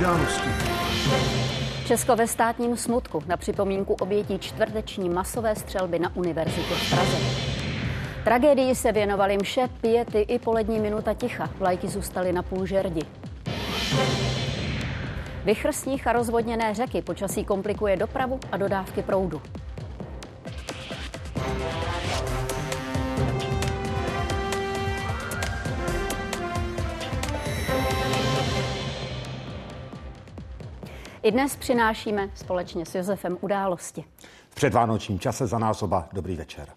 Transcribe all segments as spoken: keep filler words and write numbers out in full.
Události. Česko ve státním smutku na připomínku obětí čtvrteční masové střelby na univerzitě v Praze. Tragédii se věnovaly mše, piety i polední minuta ticha. Vlajky zůstaly na půl žerdi. Vichr, sníh a rozvodněné řeky počasí komplikuje dopravu a dodávky proudu. I dnes přinášíme společně s Josefem události. V předvánočním čase za nás oba dobrý večer.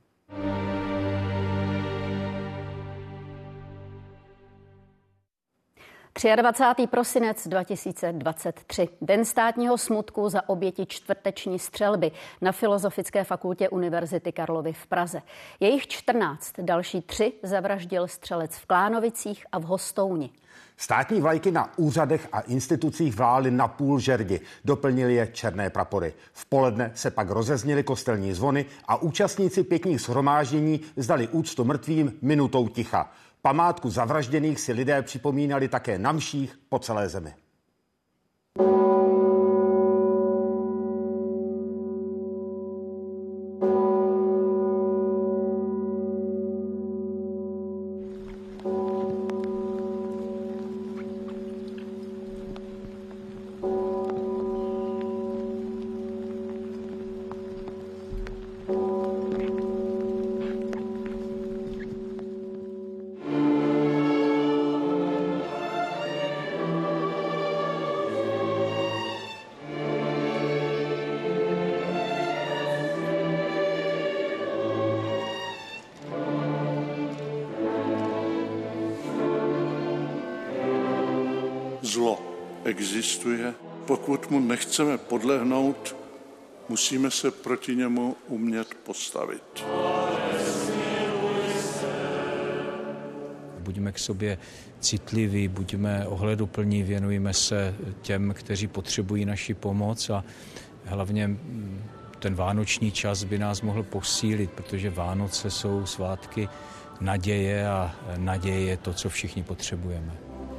dvacátého třetího prosinec dva tisíce dvacet tři. Den státního smutku za oběti čtvrteční střelby na Filozofické fakultě Univerzity Karlovy v Praze. Je jich čtrnáct, další tři zavraždil střelec v Klánovicích a v Hostouni. Státní vlajky na úřadech a institucích vlály na půl žerdi. Doplnili je černé prapory. V poledne se pak rozezněly kostelní zvony a účastníci pětních shromáždění vzdali úctu mrtvým minutou ticha. Památku zavražděných si lidé připomínali také na mších po celé zemi. Zlo existuje. Pokud mu nechceme podlehnout, musíme se proti němu umět postavit. Buďme k sobě citliví, buďme ohleduplní, věnujme se těm, kteří potřebují naši pomoc a hlavně ten vánoční čas by nás mohl posílit, protože Vánoce jsou svátky naděje a naděje je to, co všichni potřebujeme.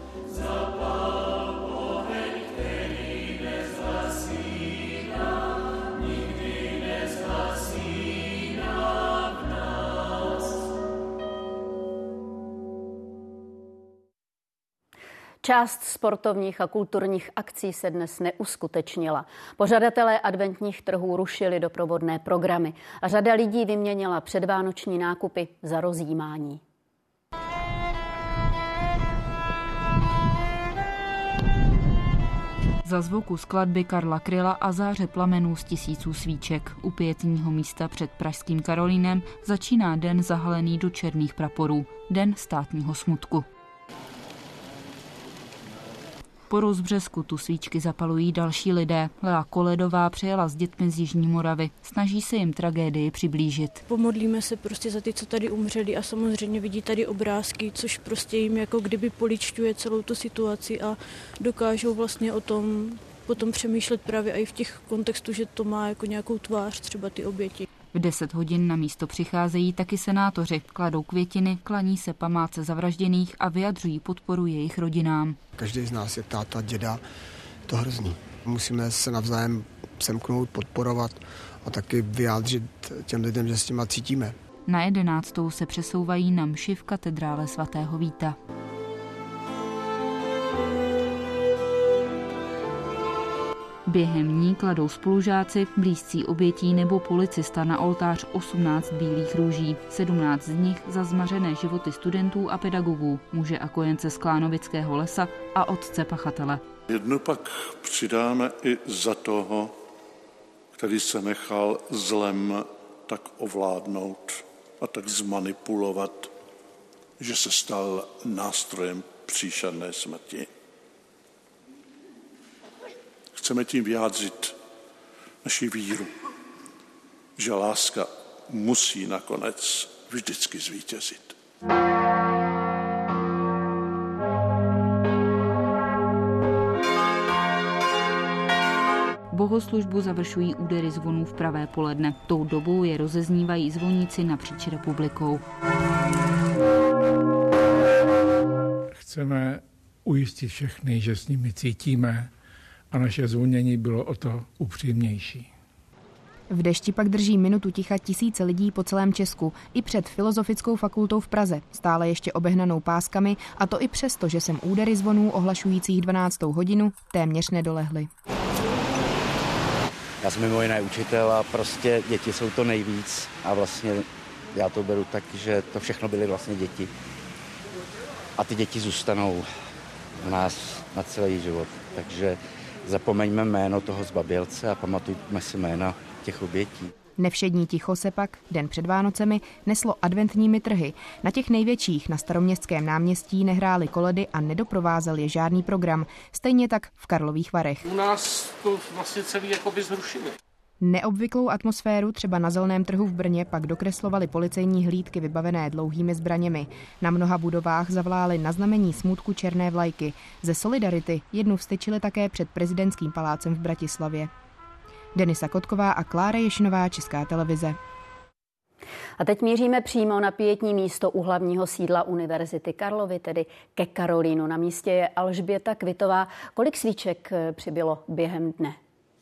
Část sportovních a kulturních akcí se dnes neuskutečnila. Pořadatelé adventních trhů rušili doprovodné programy a řada lidí vyměnila předvánoční nákupy za rozjímání. Za zvuku skladby Karla Kryla a záře plamenů z tisíců svíček u pietního místa před pražským Karolínem začíná den zahalený do černých praporů, den státního smutku. Po rozbřesku tu svíčky zapalují další lidé. Lea Koledová přijela s dětmi z Jižní Moravy. Snaží se jim tragédii přiblížit. Pomodlíme se prostě za ty, co tady umřeli a samozřejmě vidí tady obrázky, což prostě jim jako kdyby poličťuje celou tu situaci a dokážou vlastně o tom potom přemýšlet právě i v těch kontextu, že to má jako nějakou tvář třeba ty oběti. V deset hodin na místo přicházejí taky senátoři, kladou květiny, klaní se památce zavražděných a vyjadřují podporu jejich rodinám. Každý z nás je táta, děda, to hrozný. Musíme se navzájem semknout, podporovat a taky vyjádřit těm lidem, že s těma cítíme. Na jedenáctou se přesouvají na mši v katedrále svatého Víta. Během ní kladou spolužáci, blízcí obětí nebo policista na oltář osmnáct bílých růží. sedmnáct z nich za zmařené životy studentů a pedagogů, muže a kojence z Klánovického lesa a otce pachatele. Jednu pak přidáme i za toho, který se nechal zlem tak ovládnout a tak zmanipulovat, že se stal nástrojem příšerné smrti. Chceme tím vyjádřit naši víru, že láska musí nakonec vždycky zvítězit. Bohoslužbu završují údery zvonů v pravé poledne. Tou dobou je rozeznívají zvoníci napříč republikou. Chceme ujistit všechny, že s nimi cítíme a naše zvonění bylo o to upřímnější. V dešti pak drží minutu ticha tisíce lidí po celém Česku, i před Filozofickou fakultou v Praze, stále ještě obehnanou páskami, a to i přesto, že sem údery zvonů ohlašujících dvanáctou hodinu téměř nedolehly. Já jsem mimo jiné učitel a prostě děti jsou to nejvíc a vlastně já to beru tak, že to všechno byly vlastně děti. A ty děti zůstanou v nás na celý život. Takže zapomeňme jméno toho zbabělce a pamatujme si jména těch obětí. Nevšední ticho se pak, den před Vánocemi, neslo adventními trhy. Na těch největších na Staroměstském náměstí nehrály koledy a nedoprovázel je žádný program. Stejně tak v Karlových Varech. U nás to vlastně celý jakoby zrušili. Neobvyklou atmosféru třeba na Zeleném trhu v Brně pak dokreslovaly policejní hlídky vybavené dlouhými zbraněmi. Na mnoha budovách zavlály na znamení smutku černé vlajky. Ze solidarity jednu vstyčili také před prezidentským palácem v Bratislavě. Denisa Kotková a Klára Ješinová, Česká televize. A teď míříme přímo na pietní místo u hlavního sídla Univerzity Karlovy, tedy ke Karolínu. Na místě je Alžběta Kvitová. Kolik svíček přibylo během dne?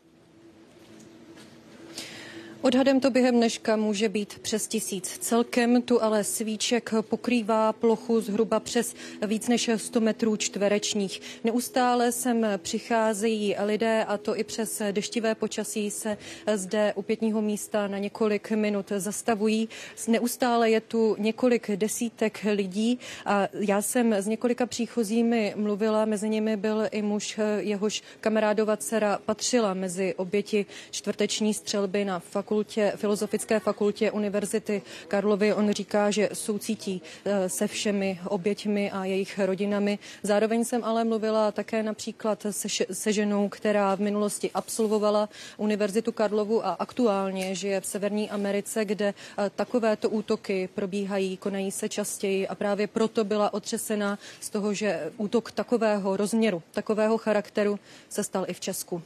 Odhadem to během dneška může být přes tisíc. Celkem tu ale svíček pokrývá plochu zhruba přes víc než sto metrů čtverečních. Neustále sem přicházejí lidé a to i přes deštivé počasí se zde u pietního místa na několik minut zastavují. Neustále je tu několik desítek lidí a já jsem s několika příchozími mluvila, mezi nimi byl i muž, jehož kamarádova dcera patřila mezi oběti čtvrteční střelby na fakultě, Filozofické fakultě Univerzity Karlovy. On říká, že soucítí se všemi oběťmi a jejich rodinami. Zároveň jsem ale mluvila také například se, se ženou, která v minulosti absolvovala Univerzitu Karlovu a aktuálně žije v Severní Americe, kde takovéto útoky probíhají, konají se častěji a právě proto byla otřesena z toho, že útok takového rozměru, takového charakteru se stal i v Česku.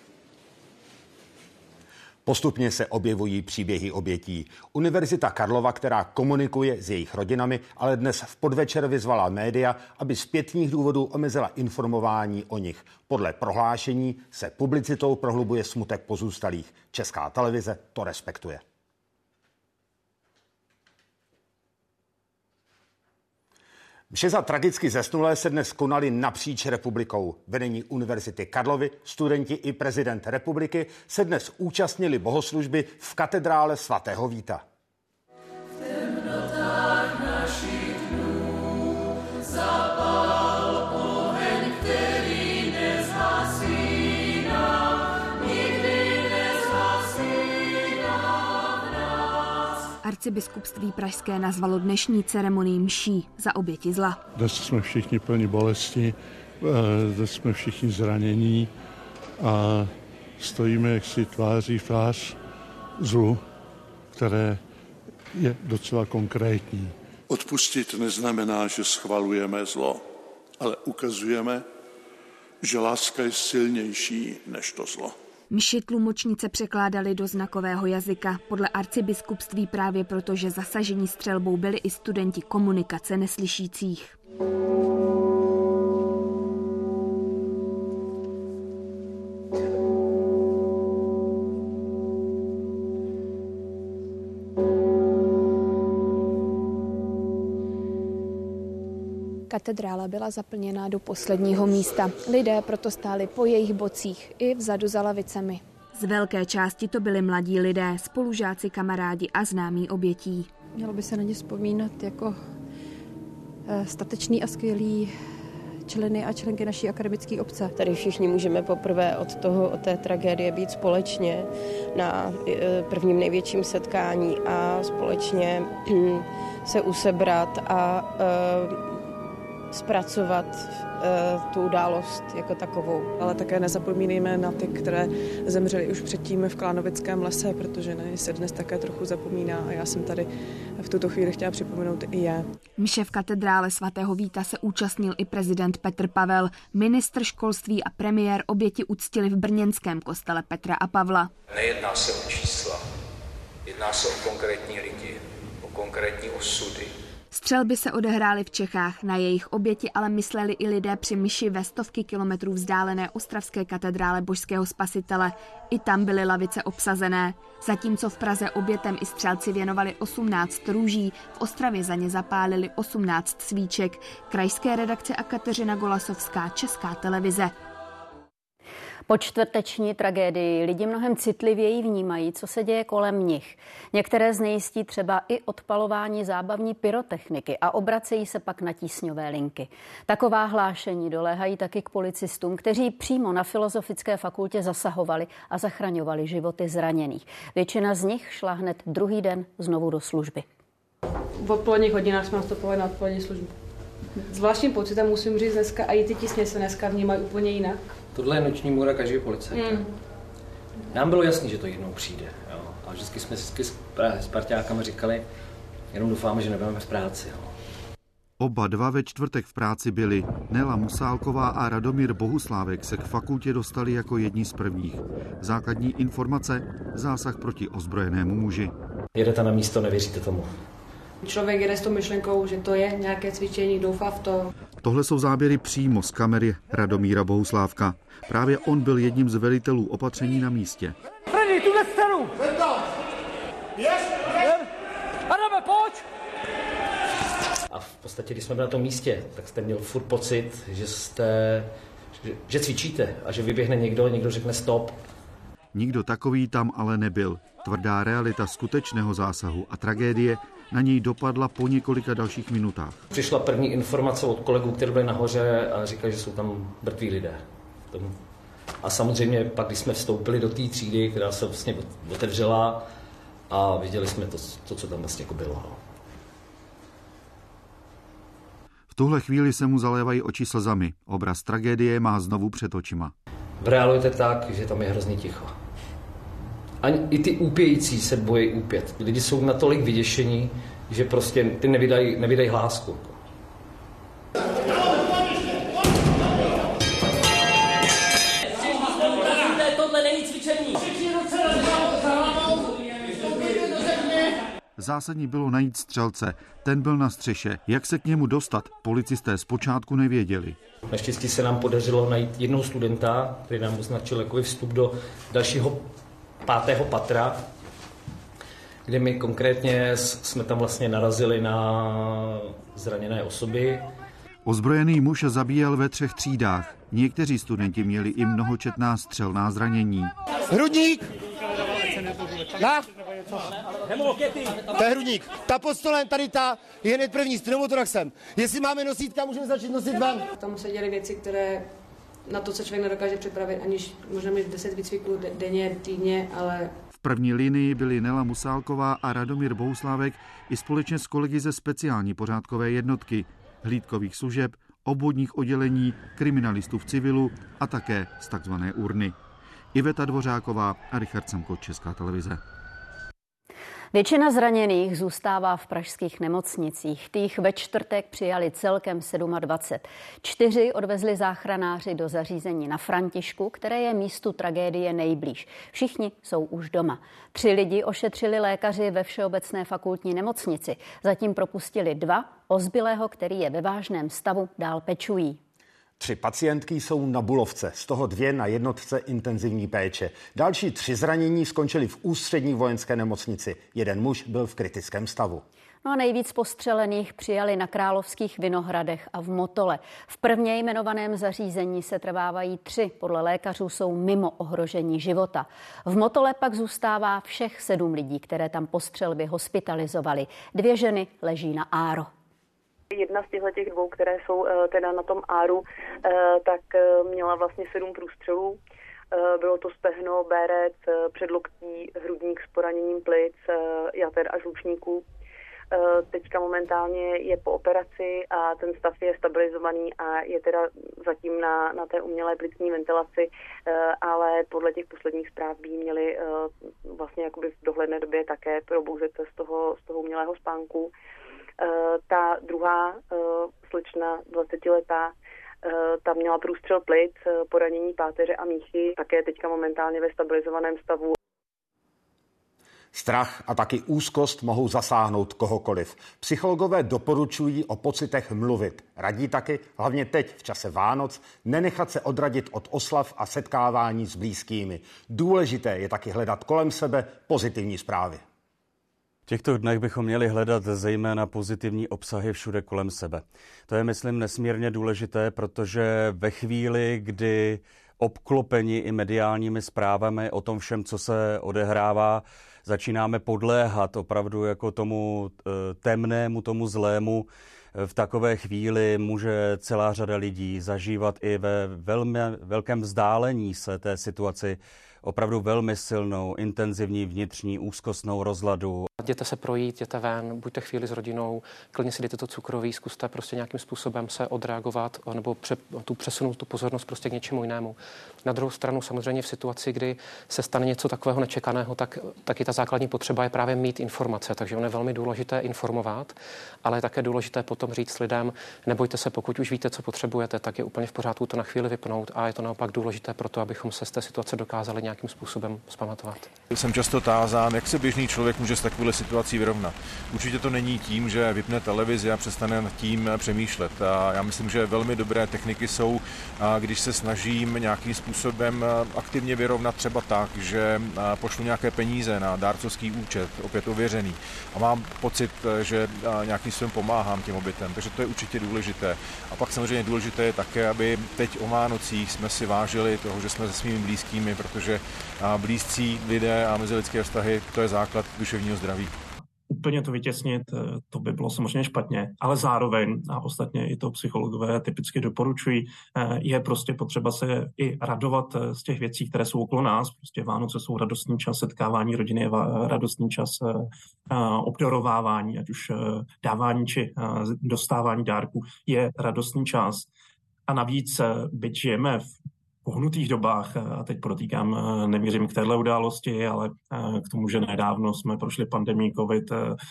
Postupně se objevují příběhy obětí. Univerzita Karlova, která komunikuje s jejich rodinami, ale dnes v podvečer vyzvala média, aby z pietních důvodů omezila informování o nich. Podle prohlášení se publicitou prohlubuje smutek pozůstalých. Česká televize to respektuje. Mše za tragicky zesnulé se dnes konaly napříč republikou. Vedení Univerzity Karlovy, studenti i prezident republiky se dnes účastnili bohoslužby v katedrále svatého Víta. V temnotách našich dnů zapal oheň, který nezhasíná, nikdy nezhasíná v nás. Arcibiskupství pražské nazvalo dnešní ceremonii mší za oběti zla. Dnes jsme všichni plní bolesti, dnes jsme všichni zranění a stojíme jaksi tváří v tvář zlu, které je docela konkrétní. Odpustit neznamená, že schvalujeme zlo, ale ukazujeme, že láska je silnější než to zlo. Mši tlumočnice překládali do znakového jazyka. Podle arcibiskupství právě proto, že zasažení střelbou byli i studenti komunikace neslyšících. Katedrála byla zaplněná do posledního místa. Lidé proto stáli po jejich bocích i vzadu za lavicemi. Z velké části to byli mladí lidé, spolužáci, kamarádi a známí obětí. Mělo by se na ně vzpomínat jako statečný a skvělý členy a členky naší akademické obce. Tady všichni můžeme poprvé od toho, od té tragédie být společně na prvním největším setkání a společně se usebrat a zpracovat uh, tu událost jako takovou. Ale také nezapomínejme na ty, které zemřely už předtím v Klánovickém lese, protože na ně se dnes také trochu zapomíná a já jsem tady v tuto chvíli chtěla připomenout i je. Mše v katedrále svatého Víta se účastnil i prezident Petr Pavel. Ministr školství a premiér oběti uctili v brněnském kostele Petra a Pavla. Nejedná se o čísla, jedná se o konkrétní lidi, o konkrétní osudy. Střelby se odehrály v Čechách, na jejich oběti ale mysleli i lidé při mši ve stovky kilometrů vzdálené ostravské katedrále Božského spasitele. I tam byly lavice obsazené. Zatímco v Praze obětem i střelci věnovali osmnáct růží, v Ostravě za ně zapálili osmnáct svíček. Krajské redakce a Kateřina Golasovská, Česká televize. Po čtvrteční tragédii lidi mnohem citlivěji vnímají, co se děje kolem nich. Některé znejistí třeba i odpalování zábavní pyrotechniky a obracejí se pak na tísňové linky. Taková hlášení doléhají taky k policistům, kteří přímo na Filozofické fakultě zasahovali a zachraňovali životy zraněných. Většina z nich šla hned druhý den znovu do služby. V odpoledních hodinách jsme nastupovali na odpolední službu. Zvláštním pocitem musím říct dneska, a i ty tísně se dneska vnímají úplně jinak. Tohle je noční můra každý policajta. Mm. Nám bylo jasný, že to jednou přijde. Jo. A vždycky jsme si s parťákama říkali, jenom doufáme, že nebudeme v práci. Jo. Oba dva ve čtvrtek v práci byli. Nela Musálková a Radomír Bohuslávek se k fakultě dostali jako jedni z prvních. Základní informace, zásah proti ozbrojenému muži. Jedete na místo, nevěříte tomu. Člověk jede s tou myšlenkou, že to je nějaké cvičení, doufá v to. Tohle jsou záběry přímo z kamery Radomíra Bohuslávka. Právě on byl jedním z velitelů opatření na místě. Freddy, tuhle scénu! Adame, pojď! A v podstatě, když jsme byli na tom místě, tak jste měl furt pocit, že jste, že, že cvičíte a že vyběhne někdo, někdo řekne stop. Nikdo takový tam ale nebyl. Tvrdá realita skutečného zásahu a tragédie na něj dopadla po několika dalších minutách. Přišla první informace od kolegů, kteří byli nahoře a říkali, že jsou tam mrtví lidé. A samozřejmě pak, když jsme vstoupili do té třídy, která se vlastně otevřela a viděli jsme to, to co tam vlastně jako bylo. V tuhle chvíli se mu zalévají oči slzami. Obraz tragédie má znovu před očima. V reálu je to tak, že tam je hrozně ticho. Ani i ty úpějící se bojí úpět. Lidi jsou natolik vyděšení, že prostě ty nevydají, nevydají hlásku. Tohle není cvičení. Zásadní bylo najít střelce. Ten byl na střeše. Jak se k němu dostat, policisté zpočátku nevěděli. Naštěstí se nám podařilo najít jednoho studenta, který nám označil jako vstup do dalšího pátého patra, kde my konkrétně jsme tam vlastně narazili na zraněné osoby. Ozbrojený muž zabíjel ve třech třídách. Někteří studenti měli i mnohočetná střelná zranění. Hrudník! Na! To je hrudník. Ta pod stolem, tady ta, je hned první s pneumotoraxem. Jestli máme nosítka, můžeme začít nosit ven. Tam se děly věci, které na to se člověk nedokáže připravit, aniž možná mít deset výcviků denně, týdně, ale... V první linii byli Nela Musálková a Radomír Bohuslávek i společně s kolegy ze speciální pořádkové jednotky, hlídkových služeb, obvodních oddělení, kriminalistů v civilu a také z takzvané urny. Iveta Dvořáková a Richard Samko, Česká televize. Většina zraněných zůstává v pražských nemocnicích. Těch ve čtvrtek přijali celkem dvacet sedm. Čtyři odvezli záchranáři do zařízení na Františku, které je místu tragédie nejblíž. Všichni jsou už doma. Tři lidi ošetřili lékaři ve Všeobecné fakultní nemocnici. Zatím propustili dva, o zbylého, který je ve vážném stavu, dál pečují. Tři pacientky jsou na Bulovce, z toho dvě na jednotce intenzivní péče. Další tři zranění skončili v ústřední vojenské nemocnici. Jeden muž byl v kritickém stavu. No a nejvíc postřelených přijali na Královských Vinohradech a v Motole. V prvně jmenovaném zařízení se trvávají tři, podle lékařů jsou mimo ohrožení života. V Motole pak zůstává všech sedm lidí, které tam po střelbě hospitalizovali. Dvě ženy leží na áro. Jedna z těchto těch dvou, které jsou teda na tom áru, tak měla vlastně sedm průstřelů. Bylo to stehno, bérec, předloktí, hrudník s poraněním plic, jater a žlučníků. Teďka momentálně je po operaci a ten stav je stabilizovaný a je teda zatím na, na té umělé plicní ventilaci, ale podle těch posledních zpráv by měli vlastně jakoby v dohledné době také probouzet z toho, z toho umělého spánku. Ta druhá slečna, dvacetiletá, ta měla průstřel plic, poranění páteře a míchy, také teďka momentálně ve stabilizovaném stavu. Strach a taky úzkost mohou zasáhnout kohokoliv. Psychologové doporučují o pocitech mluvit. Radí taky, hlavně teď v čase Vánoc, nenechat se odradit od oslav a setkávání s blízkými. Důležité je taky hledat kolem sebe pozitivní zprávy. V těchto dnech bychom měli hledat zejména pozitivní obsahy všude kolem sebe. To je, myslím, nesmírně důležité, protože ve chvíli, kdy obklopeni i mediálními zprávami o tom všem, co se odehrává, začínáme podléhat opravdu jako tomu temnému, tomu zlému. V takové chvíli může celá řada lidí zažívat i ve velmi velkém vzdálení se té situaci opravdu velmi silnou, intenzivní vnitřní úzkostnou rozladu. Jděte se projít, jděte ven, buďte chvíli s rodinou, klidně si dejte to cukroví, zkuste prostě nějakým způsobem se odreagovat nebo pře, tu přesunout tu pozornost prostě k něčemu jinému. Na druhou stranu samozřejmě v situaci, kdy se stane něco takového nečekaného, tak taky ta základní potřeba je právě mít informace, takže ono je velmi důležité informovat, ale je také důležité potom říct lidem, nebojte se, pokud už víte, co potřebujete, tak je úplně v pořádku to na chvíli vypnout a je to naopak důležité pro to, abychom se z té situace dokázali nějakým způsobem zpamatovat. Jsem často tázán, jak se běžný člověk může s takovou situací vyrovnat. Určitě to není tím, že vypne televizi a přestane nad tím přemýšlet. A já myslím, že velmi dobré techniky jsou, když se snažím nějakým způsobem aktivně vyrovnat třeba tak, že pošlu nějaké peníze na dárcovský účet, opět ověřený. A mám pocit, že nějakým způsobem pomáhám těm obětem, takže to je určitě důležité. A pak samozřejmě důležité je také, aby teď o Vánocích jsme si vážili toho, že jsme se svými blízkými, protože blízcí lidé a mezilidské vztahy, to je základ duševního zdraví. Úplně to vytěsnit, to by bylo samozřejmě špatně, ale zároveň, a ostatně i to psychologové typicky doporučují, je prostě potřeba se i radovat z těch věcí, které jsou okolo nás. Prostě Vánoce jsou radostný čas, setkávání rodiny je radostný čas, obdarovávání, ať už dávání či dostávání dárků je radostný čas. A navíc, byť žijeme v pohnutých dobách, a teď podotýkám, nemířím k téhle události, ale k tomu, že nedávno jsme prošli pandemii covid,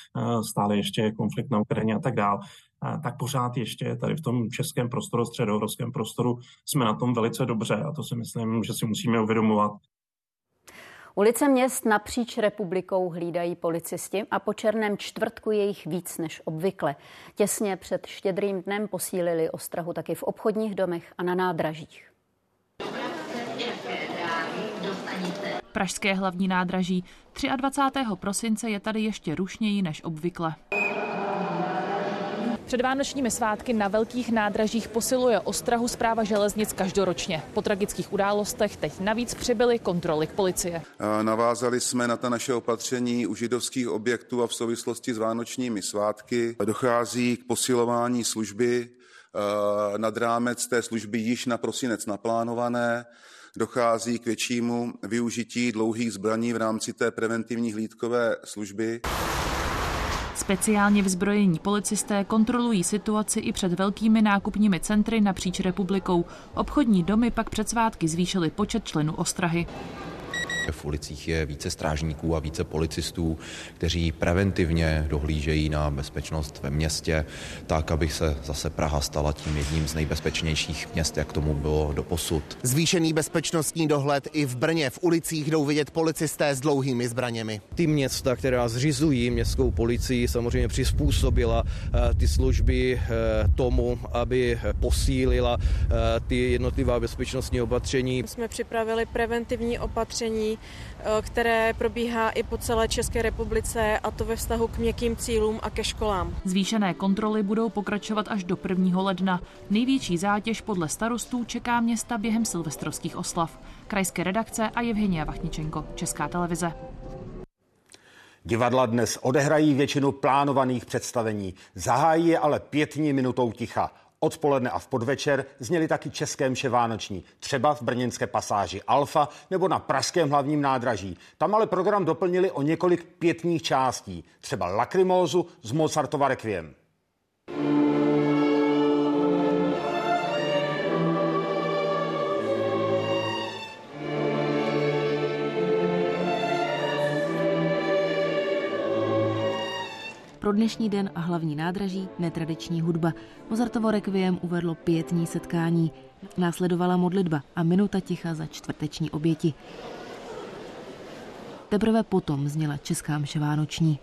stále ještě je konflikt na Ukrajině a tak dál, tak pořád ještě tady v tom českém prostoru, středoevropském prostoru jsme na tom velice dobře a to si myslím, že si musíme uvědomovat. Ulice měst napříč republikou hlídají policisti a po černém čtvrtku je jich víc než obvykle. Těsně před Štědrým dnem posílili ostrahu taky v obchodních domech a na nádražích. Pražské hlavní nádraží. dvacátého třetího prosince je tady ještě rušněji než obvykle. Před vánočními svátky na velkých nádražích posiluje ostrahu Správa železnic každoročně. Po tragických událostech teď navíc přibyly kontroly k policie. Navázali jsme na ta naše opatření u židovských objektů a v souvislosti s vánočními svátky. Dochází k posilování služby nad rámec té služby již na prosinec naplánované. Dochází k většímu využití dlouhých zbraní v rámci té preventivní hlídkové služby. Speciálně vyzbrojení policisté kontrolují situaci i před velkými nákupními centry napříč republikou. Obchodní domy pak před svátky zvýšily počet členů ostrahy. V ulicích je více strážníků a více policistů, kteří preventivně dohlížejí na bezpečnost ve městě, tak, aby se zase Praha stala tím jedním z nejbezpečnějších měst, jak tomu bylo doposud. Zvýšený bezpečnostní dohled i v Brně. V ulicích jdou vidět policisté s dlouhými zbraněmi. Ty města, která zřizují městskou policii, samozřejmě přizpůsobila ty služby tomu, aby posílila ty jednotlivá bezpečnostní opatření. Jsme připravili preventivní opatření, které probíhá i po celé České republice, a to ve vztahu k měkkým cílům a ke školám. Zvýšené kontroly budou pokračovat až do prvního ledna. Největší zátěž podle starostů čeká města během silvestrovských oslav. Krajské redakce a Evgenia Vachničenko, Česká televize. Divadla dnes odehrají většinu plánovaných představení. Zahájí je ale pětní minutou ticha. Odpoledne a v podvečer zněly taky české mše vánoční, třeba v brněnské pasáži Alfa nebo na pražském hlavním nádraží. Tam ale program doplnili o několik pětních částí, třeba Lacrimózu z Mozartova Requiem. Pro dnešní den a hlavní nádraží netradiční hudba. Mozartovo Requiem uvedlo pětní setkání. Následovala modlitba a minuta ticha za čtvrteční oběti. Teprve potom zněla česká mše vánoční.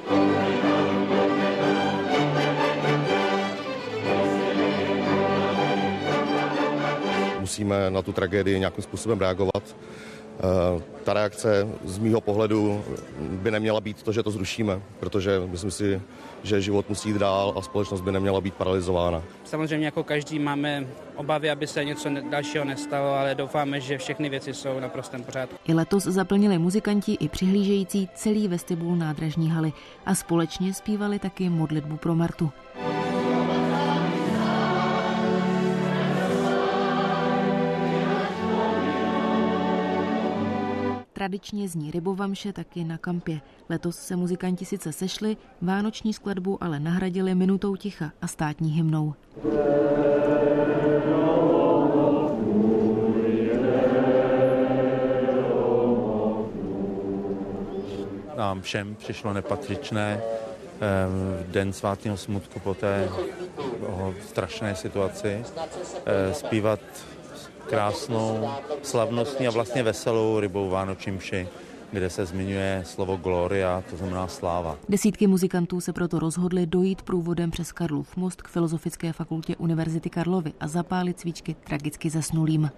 Musíme na tu tragédii nějakým způsobem reagovat. Ta reakce z mýho pohledu by neměla být to, že to zrušíme, protože myslím si, že život musí jít dál a společnost by neměla být paralizována. Samozřejmě jako každý máme obavy, aby se něco dalšího nestalo, ale doufáme, že všechny věci jsou na prostém pořádku. I letos zaplnili muzikanti i přihlížející celý vestibul nádražní haly a společně zpívali taky modlitbu pro Martu. Tradičně zní Rybova mše taky na kampě. Letos se muzikanti sice sešli, vánoční skladbu ale nahradili minutou ticha a státní hymnou. Nám všem přišlo nepatřičné v den svátého smutku po té strašné situaci zpívat krásnou, slavnostní a vlastně veselou Rybou vánoční mši, kde se zmiňuje slovo gloria, to znamená sláva. Desítky muzikantů se proto rozhodli dojít průvodem přes Karlův most k Filozofické fakultě Univerzity Karlovy a zapálit svíčky tragicky zesnulým.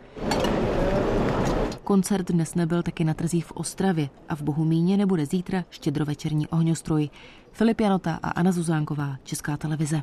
Koncert dnes nebyl taky na trzích v Ostravě a v Bohumíně nebude zítra štědrovečerní ohňostroj. Filip Janota a Anna Zuzánková, Česká televize.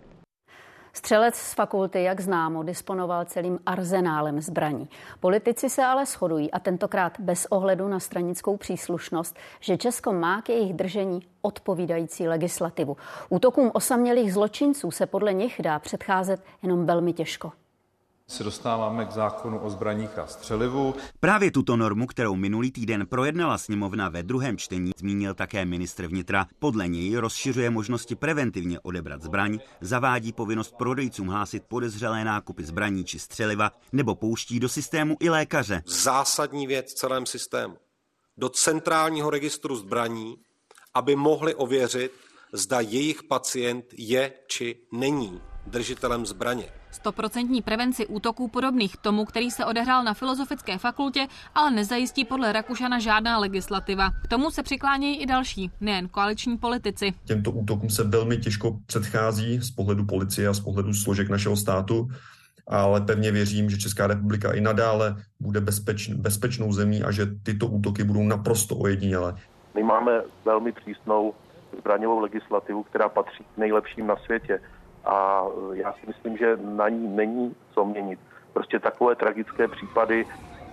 Střelec z fakulty, jak známo, disponoval celým arzenálem zbraní. Politici se ale shodují, a tentokrát bez ohledu na stranickou příslušnost, že Česko má k jejich držení odpovídající legislativu. Útokům osamělých zločinců se podle nich dá předcházet jenom velmi těžko. Se dostáváme k zákonu o zbraních a střelivu. Právě tuto normu, kterou minulý týden projednala sněmovna ve druhém čtení, zmínil také ministr vnitra. Podle něj rozšiřuje možnosti preventivně odebrat zbraň, zavádí povinnost prodejcům hlásit podezřelé nákupy zbraní či střeliva nebo pouští do systému i lékaře. Zásadní věc v celém systému. Do centrálního registru zbraní, aby mohli ověřit, zda jejich pacient je či není držitelem zbraně. Stoprocentní prevenci útoků podobných tomu, který se odehrál na Filozofické fakultě, ale nezajistí podle Rakušana žádná legislativa. K tomu se přiklánějí i další, nejen koaliční politici. Těmto útokům se velmi těžko předchází z pohledu policie a z pohledu složek našeho státu, ale pevně věřím, že Česká republika i nadále bude bezpeč, bezpečnou zemí a že tyto útoky budou naprosto ojedinělé. My máme velmi přísnou zbraňovou legislativu, která patří k nejlepším na světě. A já si myslím, že na ní není co měnit. Prostě takové tragické případy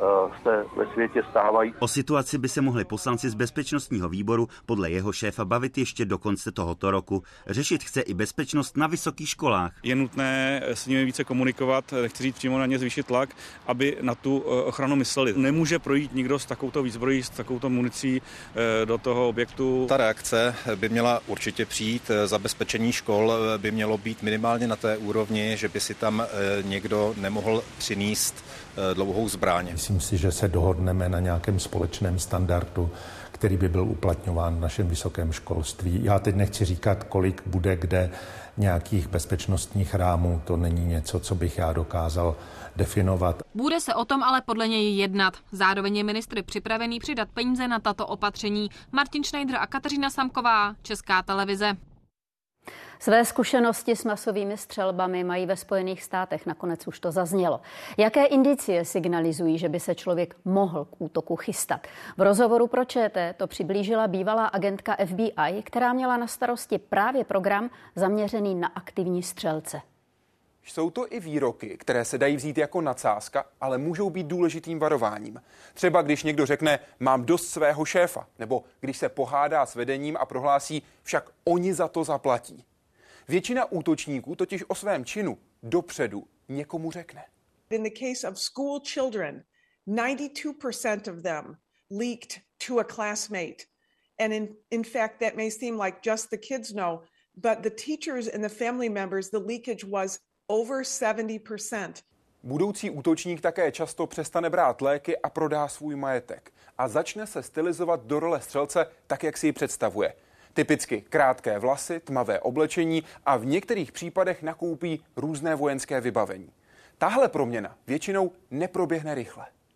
se ve světě stávají. O situaci by se mohli poslanci z bezpečnostního výboru podle jeho šéfa bavit ještě do konce tohoto roku. Řešit chce i bezpečnost na vysokých školách. Je nutné s nimi více komunikovat, nechci říct přímo na ně zvýšit tlak, aby na tu ochranu mysleli. Nemůže projít nikdo s takovouto výzbrojí, s takovouto municí do toho objektu. Ta reakce by měla určitě přijít. Zabezpečení škol by mělo být minimálně na té úrovni, že by si tam někdo nemohl přinést dlouhou zbraň. Myslím si, že se dohodneme na nějakém společném standardu, který by byl uplatňován v našem vysokém školství. Já teď nechci říkat, kolik bude kde nějakých bezpečnostních rámů, to není něco, co bych já dokázal definovat. Bude se o tom ale podle něj jednat. Zároveň je ministr připravený přidat peníze na tato opatření. Martin Schneider a Kateřina Samková, Česká televize. Své zkušenosti s masovými střelbami mají ve Spojených státech, nakonec už to zaznělo. Jaké indicie signalizují, že by se člověk mohl k útoku chystat? V rozhovoru pro ČT to přiblížila bývalá agentka F B I, která měla na starosti právě program zaměřený na aktivní střelce. Jsou to i výroky, které se dají vzít jako nadsázka, ale můžou být důležitým varováním. Třeba když někdo řekne, mám dost svého šéfa, nebo když se pohádá s vedením a prohlásí, však oni za to zaplatí. Většina útočníků totiž o svém činu dopředu někomu řekne. In the case of school children, ninety-two percent of them leaked to a classmate. And in, in fact, that may seem like just the kids know, but the teachers and the family members, the leakage was over seventy percent. Budoucí útočník také často přestane brát léky a prodá svůj majetek. A začne se stylizovat do role střelce tak, jak si ji představuje. Typicky krátké vlasy, tmavé oblečení a v některých případech nakoupí různé vojenské vybavení. Tahle proměna většinou neproběhne rychle.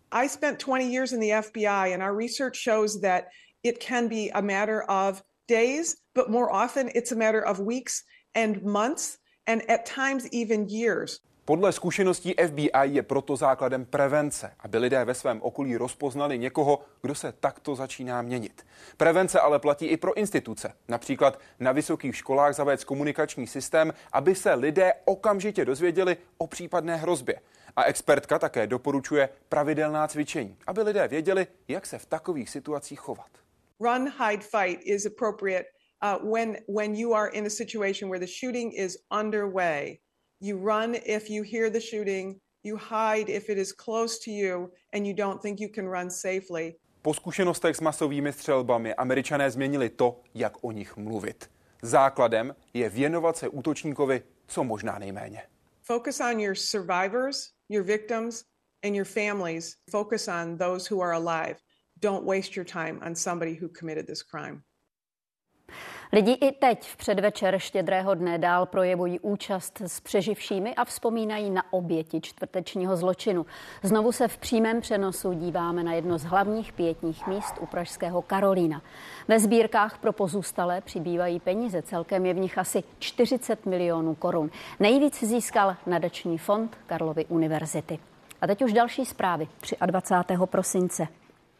I spent twenty years in the F B I and our research shows that it can be a matter of days, but more often it's a matter of weeks and months and at times even years. Podle zkušeností F B I je proto základem prevence, aby lidé ve svém okolí rozpoznali někoho, kdo se takto začíná měnit. Prevence ale platí i pro instituce. Například na vysokých školách zavést komunikační systém, aby se lidé okamžitě dozvěděli o případné hrozbě. A expertka také doporučuje pravidelná cvičení, aby lidé věděli, jak se v takových situacích chovat. Run, hide, fight is appropriate uh, when, when you are in a situation where the shooting is underway. You run if you hear the shooting, you hide if it is close to you and you don't think you can run safely. Po zkušenostech s masovými střelbami Američané změnili to, jak o nich mluvit. Základem je věnovat se útočníkovi co možná nejméně. Focus on your survivors, your victims and your families. Focus on those who are alive. Don't waste your time on somebody who committed this crime. Lidi i teď v předvečer Štědrého dne dál projevují účast s přeživšími a vzpomínají na oběti čtvrtečního zločinu. Znovu se v přímém přenosu díváme na jedno z hlavních pietních míst u pražského Karolína. Ve sbírkách pro pozůstalé přibývají peníze, celkem je v nich asi čtyřicet milionů korun. Nejvíc získal nadační fond Karlovy univerzity. A teď už další zprávy dvacátého třetího prosince.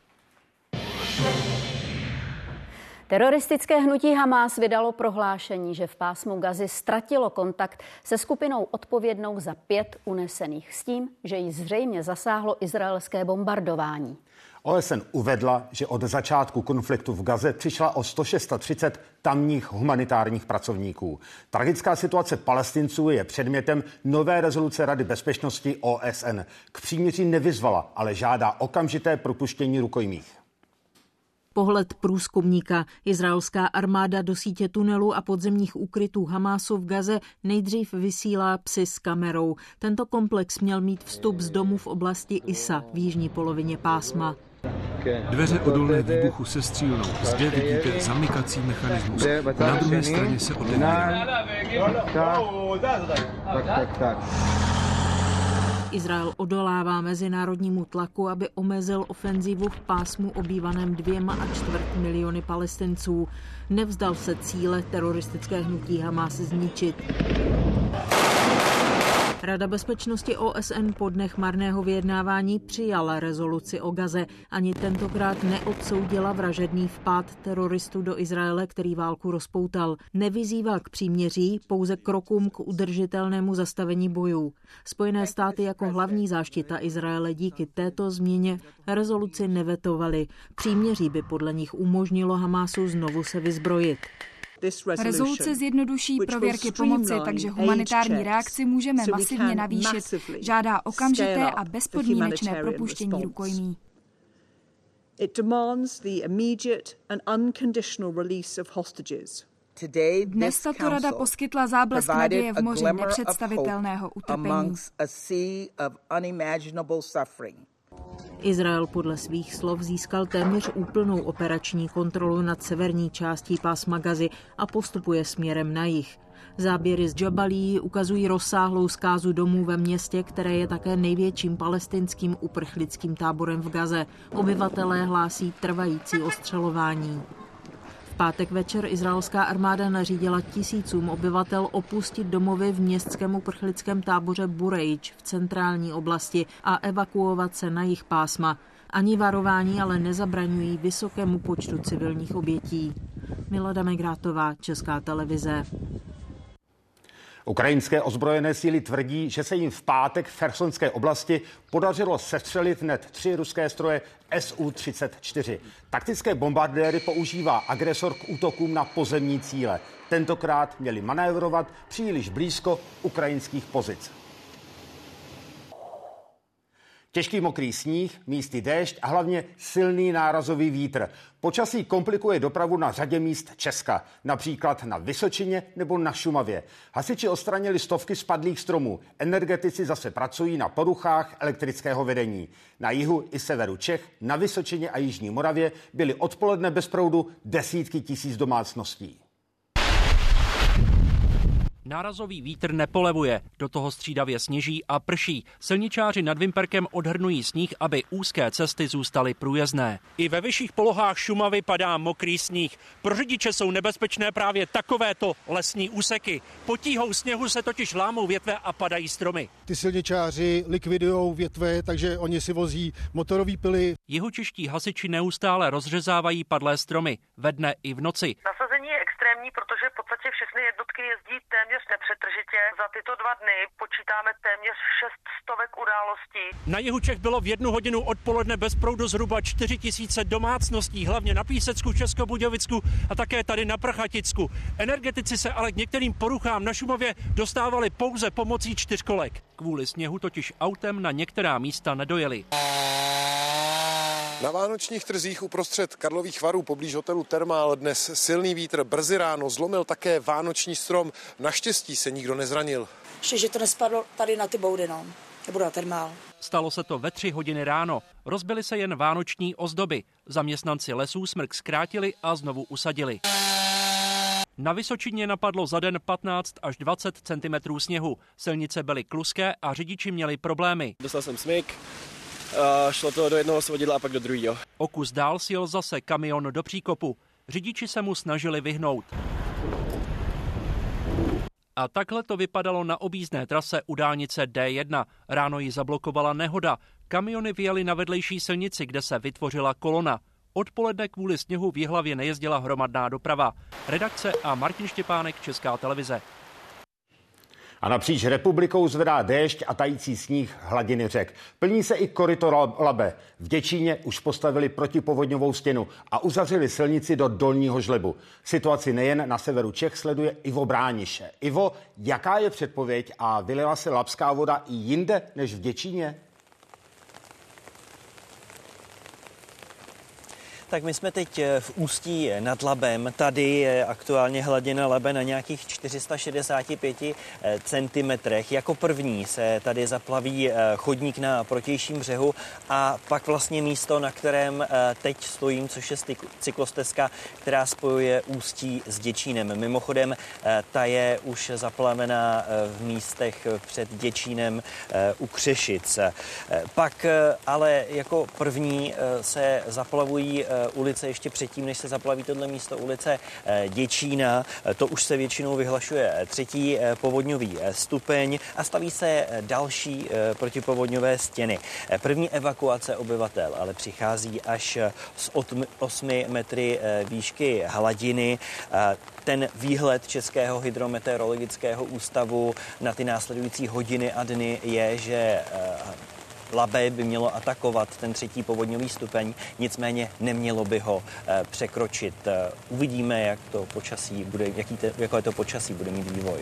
Teroristické hnutí Hamás vydalo prohlášení, že v pásmu Gazy ztratilo kontakt se skupinou odpovědnou za pět unesených s tím, že jí zřejmě zasáhlo izraelské bombardování. O S N uvedla, že od začátku konfliktu v Gaze přišla o sto třicet šest tamních humanitárních pracovníků. Tragická situace Palestinců je předmětem nové rezoluce Rady bezpečnosti O S N. K příměří nevyzvala, ale žádá okamžité propuštění rukojmích. Pohled průzkumníka. Izraelská armáda do sítě tunelů a podzemních úkrytů Hamásu v Gaze nejdřív vysílá psy s kamerou. Tento komplex měl mít vstup z domu v oblasti Isa v jižní polovině pásma. Dveře odolné výbuchu se střílnou. Zde vidíte zamykací mechanismus. Na druhé straně se otevírá. Tak, tak, tak. Izrael odolává mezinárodnímu tlaku, aby omezil ofenzivu v pásmu obývaném dvěma a čtvrt miliony Palestinců. Nevzdal se cíle teroristické hnutí Hamás zničit. Rada bezpečnosti O S N po dnech marného vyjednávání přijala rezoluci o Gaze. Ani tentokrát neodsoudila vražedný vpád teroristů do Izraele, který válku rozpoutal. Nevyzývá k příměří, pouze krokům k udržitelnému zastavení bojů. Spojené státy jako hlavní záštita Izraele díky této změně rezoluci nevetovaly. Příměří by podle nich umožnilo Hamásu znovu se vyzbrojit. Rezoluce zjednoduší prověrky pomoci, takže humanitární reakci můžeme masivně navýšit. Žádá okamžité a bezpodmínečné propuštění rukojmí. Dnes tato rada poskytla záblesk naděje v moři nepředstavitelného utrpení. Izrael podle svých slov získal téměř úplnou operační kontrolu nad severní částí pásma Gazy a postupuje směrem na jih. Záběry z Džabalí ukazují rozsáhlou zkázu domů ve městě, které je také největším palestinským uprchlickým táborem v Gaze. Obyvatelé hlásí trvající ostřelování. V pátek večer izraelská armáda nařídila tisícům obyvatel opustit domovy v městském uprchlickém táboře Burejč v centrální oblasti a evakuovat se na jih pásma. Ani varování ale nezabraňují vysokému počtu civilních obětí. Milada Megrátová, Česká televize. Ukrajinské ozbrojené síly tvrdí, že se jim v pátek v Chersonské oblasti podařilo sestřelit hned tři ruské stroje S U třicet čtyři. Taktické bombardéry používá agresor k útokům na pozemní cíle. Tentokrát měli manévrovat příliš blízko ukrajinských pozic. Těžký mokrý sníh, místy déšť a hlavně silný nárazový vítr. Počasí komplikuje dopravu na řadě míst Česka, například na Vysočině nebo na Šumavě. Hasiči odstranili stovky spadlých stromů. Energetici zase pracují na poruchách elektrického vedení. Na jihu i severu Čech, na Vysočině a Jižní Moravě byly odpoledne bez proudu desítky tisíc domácností. Nárazový vítr nepolevuje, do toho střídavě sněží a prší. Silničáři nad Vimperkem odhrnují sníh, aby úzké cesty zůstaly průjezdné. I ve vyšších polohách Šumavy padá mokrý sníh. Pro řidiče jsou nebezpečné právě takovéto lesní úseky. Pod tíhou sněhu se totiž lámou větve a padají stromy. Ty silničáři likvidují větve, takže oni si vozí motorové pily. Jihočeští hasiči neustále rozřezávají padlé stromy, ve dne i v noci. Nasazení je extrémní, protože v podstatě všechny jednotky jezdí téměř nepřetržitě. Za tyto dva dny počítáme téměř šest stovek událostí. Na jihu Čech bylo v jednu hodinu odpoledne bez proudu zhruba čtyři tisíce domácností, hlavně na Písecku, Českobudějovicku a také tady na Prchaticku. Energetici se ale k některým poruchám na Šumavě dostávali pouze pomocí čtyřkolek. Kvůli sněhu totiž autem na některá místa nedojeli. Na vánočních trzích uprostřed Karlových Varů poblíž hotelu Thermal dnes silný vítr, brzy ráno zlomil také vánoční strom. Naštěstí se nikdo nezranil. Ještě, že to nespadlo tady na ty boudy, no. Nebo na Thermal. Stalo se to ve tři hodiny ráno. Rozbily se jen vánoční ozdoby. Zaměstnanci lesů smrk zkrátili a znovu usadili. Na Vysočině napadlo za den patnáct až dvacet centimetrů sněhu. Silnice byly kluské a řidiči měli problémy. Dostal jsem smyk. Uh, šlo to do jednoho svodidla a pak do druhého. O kus dál sjel zase kamion do příkopu. Řidiči se mu snažili vyhnout. A takhle to vypadalo na objízdné trase u dálnice D jedna. Ráno ji zablokovala nehoda. Kamiony vyjely na vedlejší silnici, kde se vytvořila kolona. Odpoledne kvůli sněhu v Jihlavě nejezdila hromadná doprava. Redakce a Martin Štěpánek, Česká televize. A napříč republikou zvedá déšť a tající sníh hladiny řek. Plní se i koryto Labe. V Děčíně už postavili protipovodňovou stěnu a uzavřeli silnici do Dolního Žlebu. Situaci nejen na severu Čech sleduje Ivo Brániše. Ivo, jaká je předpověď a vylila se labská voda i jinde než v Děčíně? Tak my jsme teď v Ústí nad Labem. Tady je aktuálně hladina Labe na nějakých čtyři sta šedesát pět centimetrech. Jako první se tady zaplaví chodník na protějším břehu a pak vlastně místo, na kterém teď stojím, což je cyklostezka, která spojuje Ústí s Děčínem. Mimochodem, ta je už zaplavená v místech před Děčínem u Křešic. Pak ale jako první se zaplavují ulice ještě předtím, než se zaplaví tohle místo, ulice Děčína. To už se většinou vyhlašuje třetí povodňový stupeň a staví se další protipovodňové stěny. První evakuace obyvatel ale přichází až z osmi metry výšky hladiny. Ten výhled Českého hydrometeorologického ústavu na ty následující hodiny a dny je, že Labe by mělo atakovat ten třetí povodňový stupeň, nicméně nemělo by ho e, překročit. E, uvidíme, jak to počasí bude, jaký te, jaké to počasí bude mít vývoj.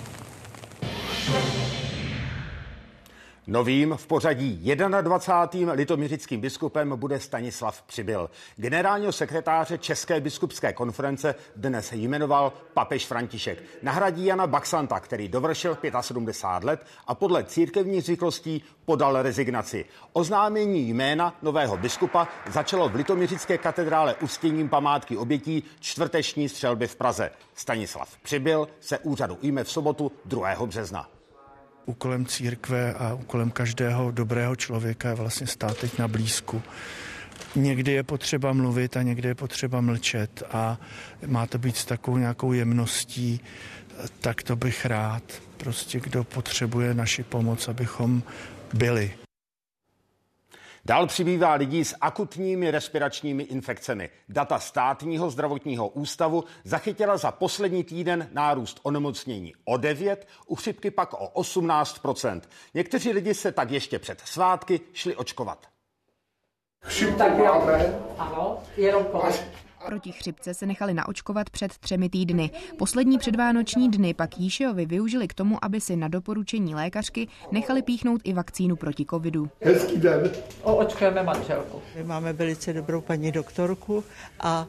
Novým v pořadí dvacátým prvním litoměřickým biskupem bude Stanislav Přibyl. Generálního sekretáře České biskupské konference dnes jmenoval papež František. Nahradí Jana Baxanta, který dovršil sedmdesát pět let a podle církevních zvyklostí podal rezignaci. Oznámení jména nového biskupa začalo v litoměřické katedrále uctěním památky obětí čtvrteční střelby v Praze. Stanislav Přibyl se úřadu ujme v sobotu druhého března. Úkolem církve a úkolem každého dobrého člověka je vlastně stát teď na blízku. Někdy je potřeba mluvit a někdy je potřeba mlčet a má to být s takovou nějakou jemností, tak to bych rád. Prostě kdo potřebuje naši pomoc, abychom byli. Dál přibývá lidí s akutními respiračními infekcemi. Data Státního zdravotního ústavu zachytila za poslední týden nárůst onemocnění o devět, u chřipky pak o osmnáct procent. Někteří lidi se tak ještě před svátky šli očkovat. Chřipku máme. Ano, jenom Proti chřipce se nechali naočkovat před třemi týdny. Poslední předvánoční dny pak Jíšejovi využili k tomu, aby si na doporučení lékařky nechali píchnout i vakcínu proti covidu. Hezký den. Očkujeme manželku. My máme velice dobrou paní doktorku a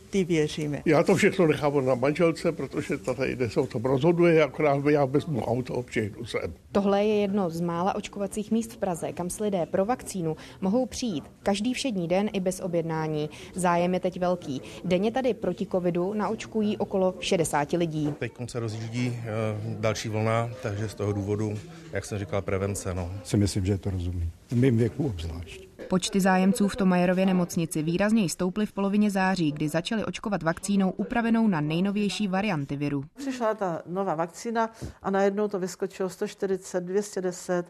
ty věříme. Já to všechno nechám na manželce, protože ta tady dnes o tom rozhoduje, akorát já vezmu auto a přijdu sem. Tohle je jedno z mála očkovacích míst v Praze, kam si lidé pro vakcínu mohou přijít každý všední den i bez objednání. Zájem je teď velký. Denně tady proti covidu naočkují okolo šedesát lidí. Teď se rozjíždí další vlna, takže z toho důvodu, jak jsem říkal, prevence. No. Si myslím, že je to rozumný. V mém věku obzvlášť. Počty zájemců v Tomajerově nemocnici výrazněji stouply v polovině září, kdy začali očkovat vakcínou upravenou na nejnovější varianty viru. Přišla ta nová vakcína a najednou to vyskočilo sto čtyřicet, dvě stě deset,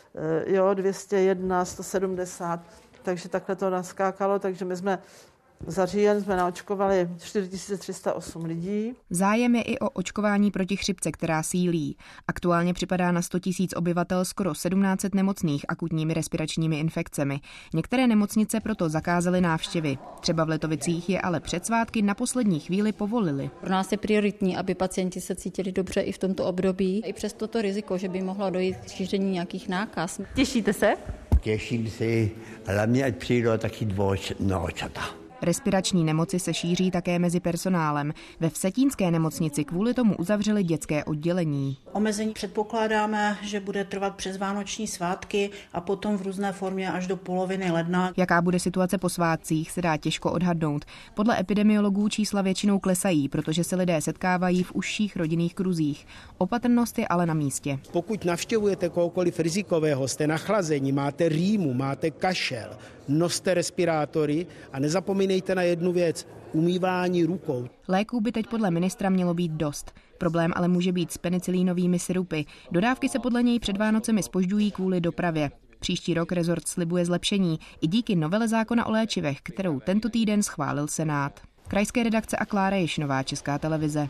jo, dvě stě jedna, sto sedmdesát, takže takhle to naskákalo, takže my jsme za říjen jsme naočkovali čtyři tisíce tři sta osm lidí. Zájem je i o očkování proti chřipce, která sílí. Aktuálně připadá na sto tisíc obyvatel skoro sedmnáct set nemocných akutními respiračními infekcemi. Některé nemocnice proto zakázaly návštěvy. Třeba v Letovicích je ale před svátky na poslední chvíli povolili. Pro nás je prioritní, aby pacienti se cítili dobře i v tomto období. I přes toto riziko, že by mohlo dojít k šíření nějakých nákaz. Těšíte se? Těším se, hlavně ať přijdou taky dvoč nočata. Respirační nemoci se šíří také mezi personálem. Ve Vsetínské nemocnici kvůli tomu uzavřeli dětské oddělení. Omezení předpokládáme, že bude trvat přes vánoční svátky a potom v různé formě až do poloviny ledna. Jaká bude situace po svátcích, se dá těžko odhadnout. Podle epidemiologů čísla většinou klesají, protože se lidé setkávají v užších rodinných kruzích. Opatrnost je ale na místě. Pokud navštěvujete kohokoliv rizikového, jste nachlazení, máte rýmu, máte kašel, noste respirátory a nezapomeňte na jednu věc, umývání rukou. Léků by teď podle ministra mělo být dost. Problém ale může být s penicilínovými sirupy. Dodávky se podle něj před Vánocemi zpožďují kvůli dopravě. Příští rok rezort slibuje zlepšení i díky novele zákona o léčivech, kterou tento týden schválil Senát. Krajské redakce a Klára Ješinová, Česká televize.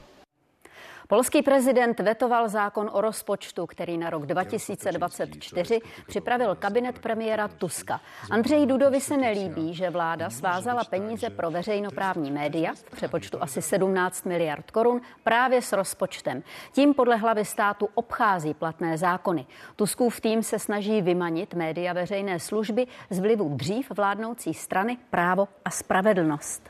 Polský prezident vetoval zákon o rozpočtu, který na rok dva tisíce dvacet čtyři připravil kabinet premiéra Tuska. Andřeji Dudovi se nelíbí, že vláda svázala peníze pro veřejnoprávní média, v přepočtu asi sedmnáct miliard korun, právě s rozpočtem. Tím podle hlavy státu obchází platné zákony. Tuskův tým se snaží vymanit média veřejné služby z vlivu dřív vládnoucí strany Právo a spravedlnost.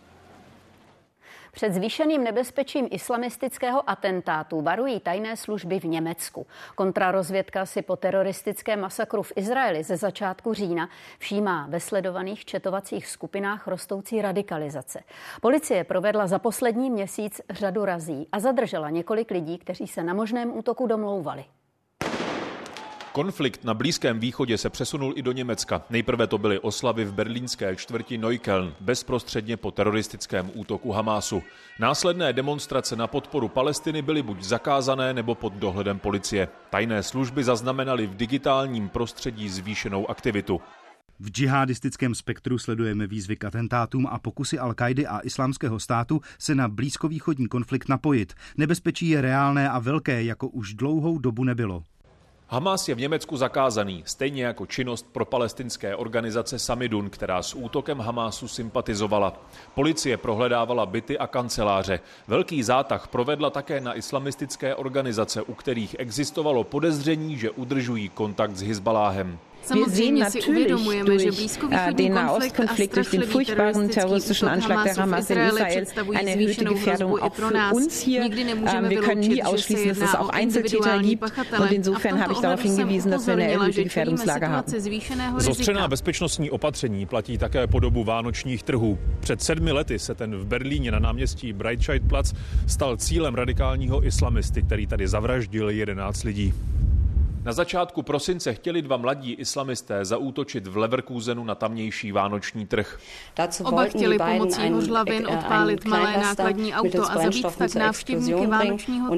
Před zvýšeným nebezpečím islamistického atentátu varují tajné služby v Německu. Kontrarozvědka si po teroristickém masakru v Izraeli ze začátku října všímá ve sledovaných četovacích skupinách rostoucí radikalizace. Policie provedla za poslední měsíc řadu razí a zadržela několik lidí, kteří se na možném útoku domlouvali. Konflikt na Blízkém východě se přesunul i do Německa. Nejprve to byly oslavy v berlínské čtvrti Neukölln, bezprostředně po teroristickém útoku Hamásu. Následné demonstrace na podporu Palestiny byly buď zakázané, nebo pod dohledem policie. Tajné služby zaznamenaly v digitálním prostředí zvýšenou aktivitu. V džihadistickém spektru sledujeme výzvy k atentátům a pokusy Al-Kaidy a Islámského státu se na blízkovýchodní konflikt napojit. Nebezpečí je reálné a velké, jako už dlouhou dobu nebylo. Hamás je v Německu zakázaný, stejně jako činnost pro palestinské organizace Samidun, která s útokem Hamásu sympatizovala. Policie prohledávala byty a kanceláře. Velký zátah provedla také na islamistické organizace, u kterých existovalo podezření, že udržují kontakt s Hizbaláhem. Samozřejmě si uvědomujeme, že blízkovýchodní konflikt a strašlivý teroristický útok Hamasu v Izraeli představují zvýšenou hrozbu i pro nás. Nikdy nemůžeme vyloučit, že se jedná o individuální pachatele. A v tomto ohledu jsem upozornila, že čelíme situaci zvýšeného rizika. Zostřená bezpečnostní opatření platí také po dobu vánočních trhů. Před sedmi lety se ten v Berlíně na náměstí Breitscheidplatz stal cílem radikálního islamisty, který tady zavraždil jedenáct lidí. Na začátku prosince chtěli dva mladí islamisté zaútočit v Leverkusenu na tamnější vánoční trh. Oba chtěli pomocí hořlavin odpálit malé nákladní auto a zabít tak návštěvníky vánočního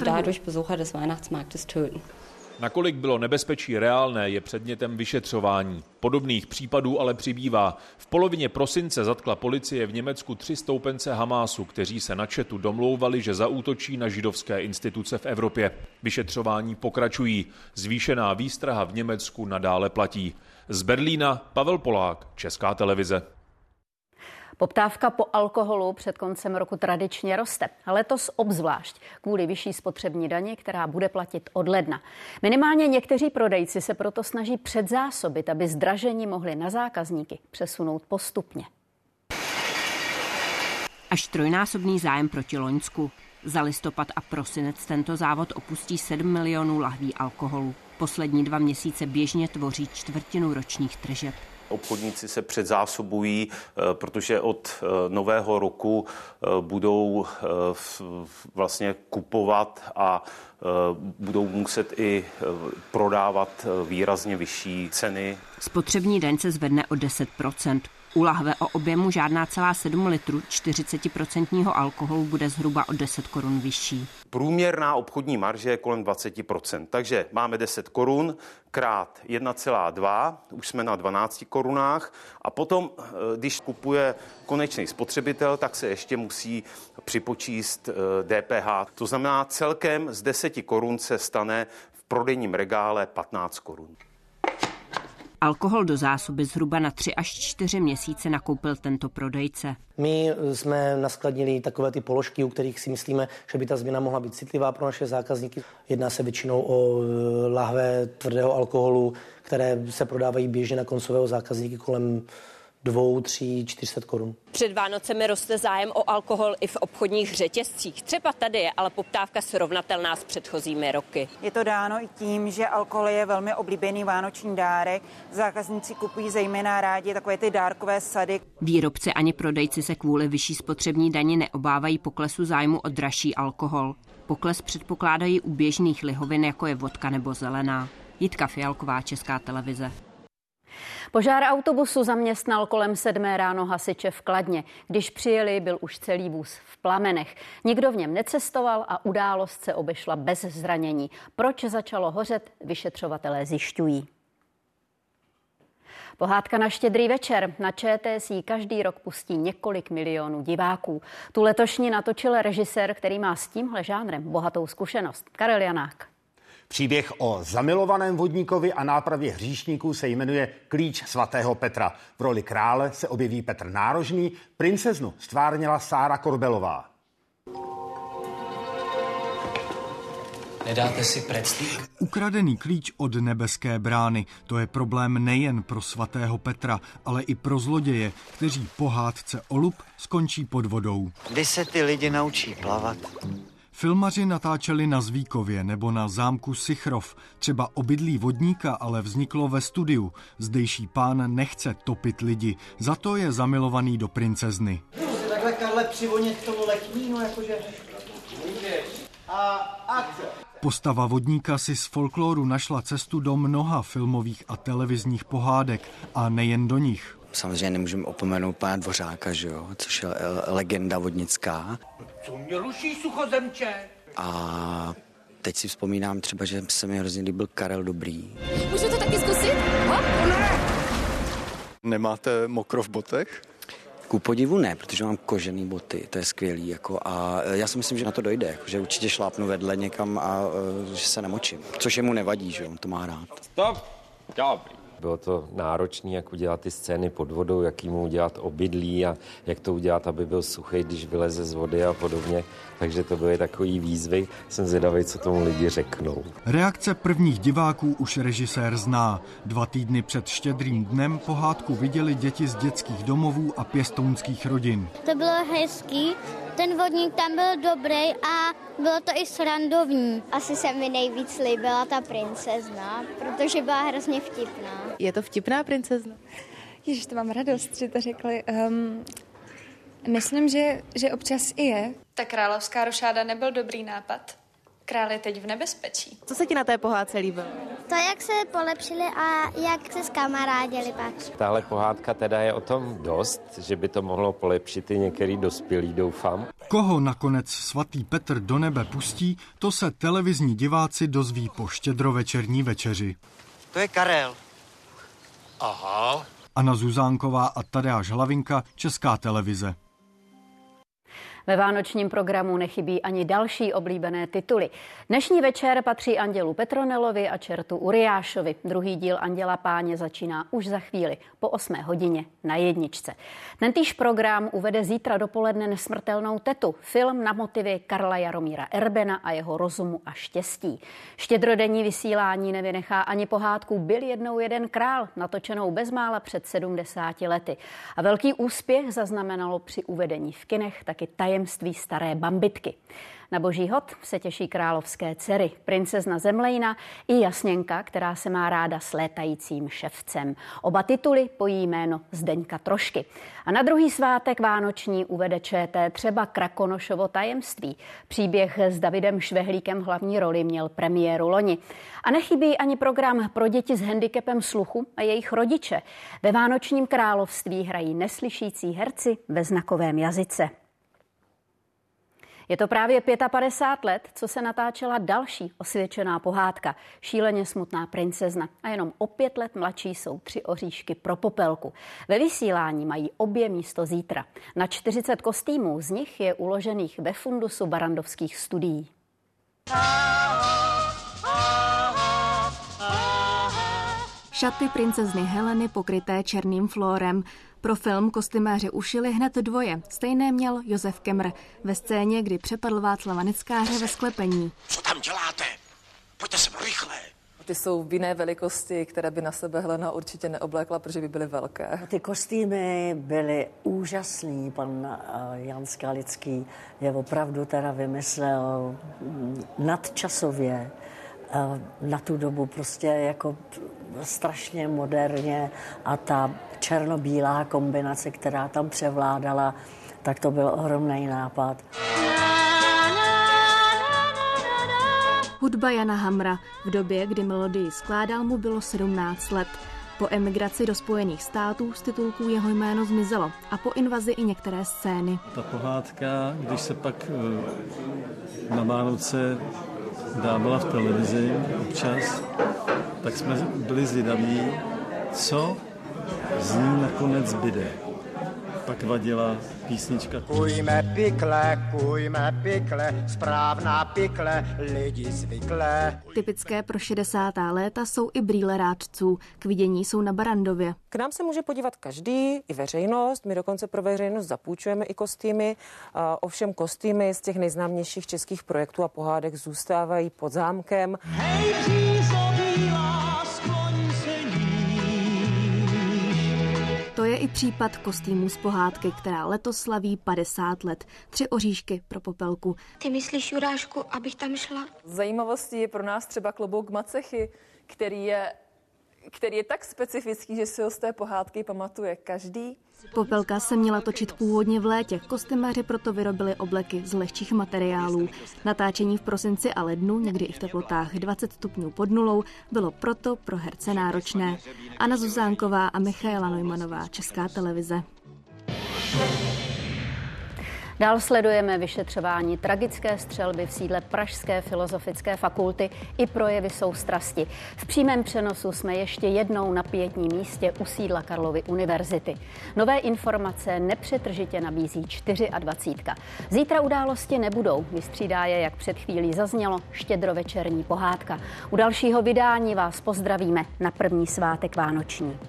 trhu. Nakolik bylo nebezpečí reálné, je předmětem vyšetřování. Podobných případů ale přibývá. V polovině prosince zatkla policie v Německu tři stoupence Hamásu, kteří se na chatu domlouvali, že zaútočí na židovské instituce v Evropě. Vyšetřování pokračují. Zvýšená výstraha v Německu nadále platí. Z Berlína Pavel Polák, Česká televize. Poptávka po alkoholu před koncem roku tradičně roste, a letos obzvlášť kvůli vyšší spotřební dani, která bude platit od ledna. Minimálně někteří prodejci se proto snaží předzásobit, aby zdražení mohli na zákazníky přesunout postupně. Až trojnásobný zájem proti loňsku. Za listopad a prosinec tento závod opustí sedm milionů lahví alkoholu. Poslední dva měsíce běžně tvoří čtvrtinu ročních tržeb. Obchodníci se předzásobují, protože od nového roku budou vlastně kupovat a budou muset i prodávat výrazně vyšší ceny. Spotřební daň se zvedne o deset procent. U lahve o objemu žádná celá sedm litrů čtyřicet procent alkoholu bude zhruba o deset korun vyšší. Průměrná obchodní marže je kolem dvacet procent, takže máme deset korun krát jedna celá dva, už jsme na dvanácti korunách a potom, když kupuje konečný spotřebitel, tak se ještě musí připočíst D P H. To znamená, celkem z deseti korun se stane v prodejním regále patnáct korun. Alkohol do zásoby zhruba na tři až čtyři měsíce nakoupil tento prodejce. My jsme naskladnili takové ty položky, u kterých si myslíme, že by ta změna mohla být citlivá pro naše zákazníky. Jedná se většinou o lahve tvrdého alkoholu, které se prodávají běžně na koncového zákazníky kolem dvou, tří, čtyřset korun. Před Vánocemi roste zájem o alkohol i v obchodních řetězcích. Třeba tady je ale poptávka srovnatelná s předchozími roky. Je to dáno i tím, že alkohol je velmi oblíbený vánoční dárek. Zákazníci kupují zejména rádi takové ty dárkové sady. Výrobci ani prodejci se kvůli vyšší spotřební dani neobávají poklesu zájmu o dražší alkohol. Pokles předpokládají u běžných lihovin, jako je vodka nebo zelená. Jitka Fialková, Česká televize. Požár autobusu zaměstnal kolem sedmé ráno hasiče v Kladně. Když přijeli, byl už celý vůz v plamenech. Nikdo v něm necestoval a událost se obešla bez zranění. Proč začalo hořet, vyšetřovatelé zjišťují. Pohádka na Štědrý večer. Na Č T S jí každý rok pustí několik milionů diváků. Tu letošní natočil režisér, který má s tímhle žánrem bohatou zkušenost. Karel Janák. Příběh o zamilovaném vodníkovi a nápravě hříšníků se jmenuje Klíč svatého Petra. V roli krále se objeví Petr Nárožný, princeznu stvárnila Sára Korbelová. Nedáte si preclík? Ukradený klíč od nebeské brány. To je problém nejen pro svatého Petra, ale i pro zloděje, kteří po hádce o lup skončí pod vodou. Kdy se ty lidi naučí plavat? Filmaři natáčeli na Zvíkově nebo na zámku Sichrov. Třeba obydlí vodníka ale vzniklo ve studiu. Zdejší pán nechce topit lidi, za to je zamilovaný do princezny. Můžete takhle, Karle, přivonět k tomu leknínu, jakože... A akce. Postava vodníka si z folkloru našla cestu do mnoha filmových a televizních pohádek a nejen do nich. Samozřejmě nemůžeme opomenout pana Dvořáka, že jo, což je legenda vodnická. Co mě ruší, suchozemče? A teď si vzpomínám třeba, že se mi hrozně líbil Karel Dobrý. Můžu to taky zkusit? Hop. Nemáte mokro v botech? Ku podivu ne, protože mám kožený boty, to je skvělý. Jako, a já si myslím, že na to dojde, jako, že určitě šlápnu vedle někam a že se nemočím. Což jemu nevadí, že on to má rád. Stop! Dobrý. Bylo to náročné, jak udělat ty scény pod vodou, jak mu udělat obydlí a jak to udělat, aby byl suchý, když vyleze z vody a podobně. Takže to byly takový výzvy. Jsem zvědavý, co tomu lidi řeknou. Reakce prvních diváků už režisér zná. Dva týdny před Štědrým dnem pohádku viděli děti z dětských domovů a pěstounských rodin. To bylo hezký, ten vodník tam byl dobrý a bylo to i srandovní. Asi se mi nejvíc líbila ta princezna, protože byla hrozně vtipná. Je to vtipná princezna? Ježiš, to mám radost, že to řekli. Um, myslím, že, že občas i je. Ta královská rošáda nebyl dobrý nápad. Král je teď v nebezpečí. Co se ti na té pohádce líbilo? To, jak se polepšili a jak se zkamarádili pak. Tahle pohádka teda je o tom dost, že by to mohlo polepšit i některý dospělý, doufám. Koho nakonec svatý Petr do nebe pustí, to se televizní diváci dozví po štědrovečerní večeři. To je Karel. Aha. Anna Zuzánková a Tadeáš Hlavinka, Česká televize. Ve vánočním programu nechybí ani další oblíbené tituly. Dnešní večer patří Andělu Petronelovi a čertu Uriášovi. Druhý díl Anděla Páně začíná už za chvíli, po osmé hodině na jedničce. Tentýž program uvede zítra dopoledne Nesmrtelnou tetu, film na motivy Karla Jaromíra Erbena a jeho rozumu a štěstí. Štědrodenní vysílání nevynechá ani pohádku Byl jednou jeden král, natočenou bezmála před sedmdesáti lety. A velký úspěch zaznamenalo při uvedení v kinech taky Tajemství staré bambitky. Na boží hod se těší královské dcery, princezna Zemlejna i Jasněnka, která se má ráda s létajícím ševcem. Oba tituly pojí jméno Zdeňka Trošky. A na druhý svátek vánoční uvede ČT třeba Krakonošovo tajemství. Příběh s Davidem Švehlíkem v hlavní roli měl premiéru loni. A nechybí ani program pro děti s handicapem sluchu a jejich rodiče. Ve Vánočním království hrají neslyšící herci ve znakovém jazyce. Je to právě padesát pět let, co se natáčela další osvědčená pohádka Šíleně smutná princezna. A jenom o pět let mladší jsou Tři oříšky pro Popelku. Ve vysílání mají obě místo zítra. Na čtyřicet kostýmů z nich je uložených ve fundusu Barrandovských studií. Šaty princezny Heleny pokryté černým flórem. Pro film kostýméři ušili hned dvoje. Stejné měl Josef Kemr ve scéně, kdy přepadl Václava Neckáře ve sklepení. Co tam děláte? Pojďte sem rychle. Ty jsou v jiné velikosti, které by na sebe Helena určitě neoblékla, protože by byly velké. Ty kostýmy byly úžasný. Pan Jan Skalický je opravdu teda vymyslel nadčasově na tu dobu prostě jako strašně moderně a ta černobílá kombinace, která tam převládala, tak to byl ohromný nápad. Hudba Jana Hamra. V době, kdy melodii skládal, mu bylo sedmnáct let. Po emigraci do Spojených států z titulků jeho jméno zmizelo a po invazi i některé scény. Ta pohádka, když se pak na Vánoce dávala v televizi občas, tak jsme byli zvědaví, co z ní nakonec zbyde. Pak vadila písnička. Kujme pikle, kujme pikle, správná pikle, lidi zvykle. Typické pro šedesátá léta jsou i brýle rádců. K vidění jsou na Barrandově. K nám se může podívat každý, i veřejnost. My dokonce pro veřejnost zapůjčujeme i kostýmy. Ovšem kostýmy z těch nejznámějších českých projektů a pohádek zůstávají pod zámkem. Hej, přízo bílá, skloň se ní. To je i případ kostýmů z pohádky, která letos slaví padesát let. Tři oříšky pro Popelku. Ty myslíš, Jurášku, abych tam šla? Zajímavostí je pro nás třeba klobouk Macechy, který je, který je tak specifický, že si ho z té pohádky pamatuje každý. Popelka se měla točit původně v létě. Kostýmaři proto vyrobili obleky z lehčích materiálů. Natáčení v prosinci a lednu, někdy i v teplotách dvacet stupňů pod nulou, bylo proto pro herce náročné. Anna Zuzánková a Michaela Neumannová, Česká televize. Dál sledujeme vyšetřování tragické střelby v sídle Pražské filozofické fakulty i projevy soustrasti. V přímém přenosu jsme ještě jednou na pietním místě u sídla Karlovy univerzity. Nové informace nepřetržitě nabízí dvacet čtyři. Zítra události nebudou. Vystřídá je, jak před chvílí zaznělo, štědrovečerní pohádka. U dalšího vydání vás pozdravíme na první svátek vánoční.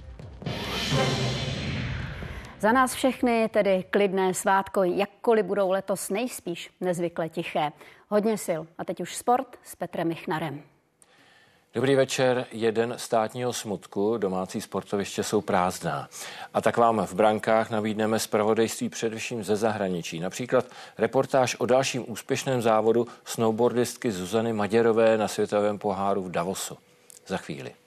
Za nás všechny tedy klidné svátko, jakkoliv budou letos nejspíš nezvykle tiché. Hodně sil. A teď už sport s Petrem Michnarem. Dobrý večer, jeden státního smutku, domácí sportoviště jsou prázdná. A tak vám v brankách nabídneme zpravodajství především ze zahraničí. Například reportáž o dalším úspěšném závodu snowboardistky Zuzany Maděrové na světovém poháru v Davosu. Za chvíli.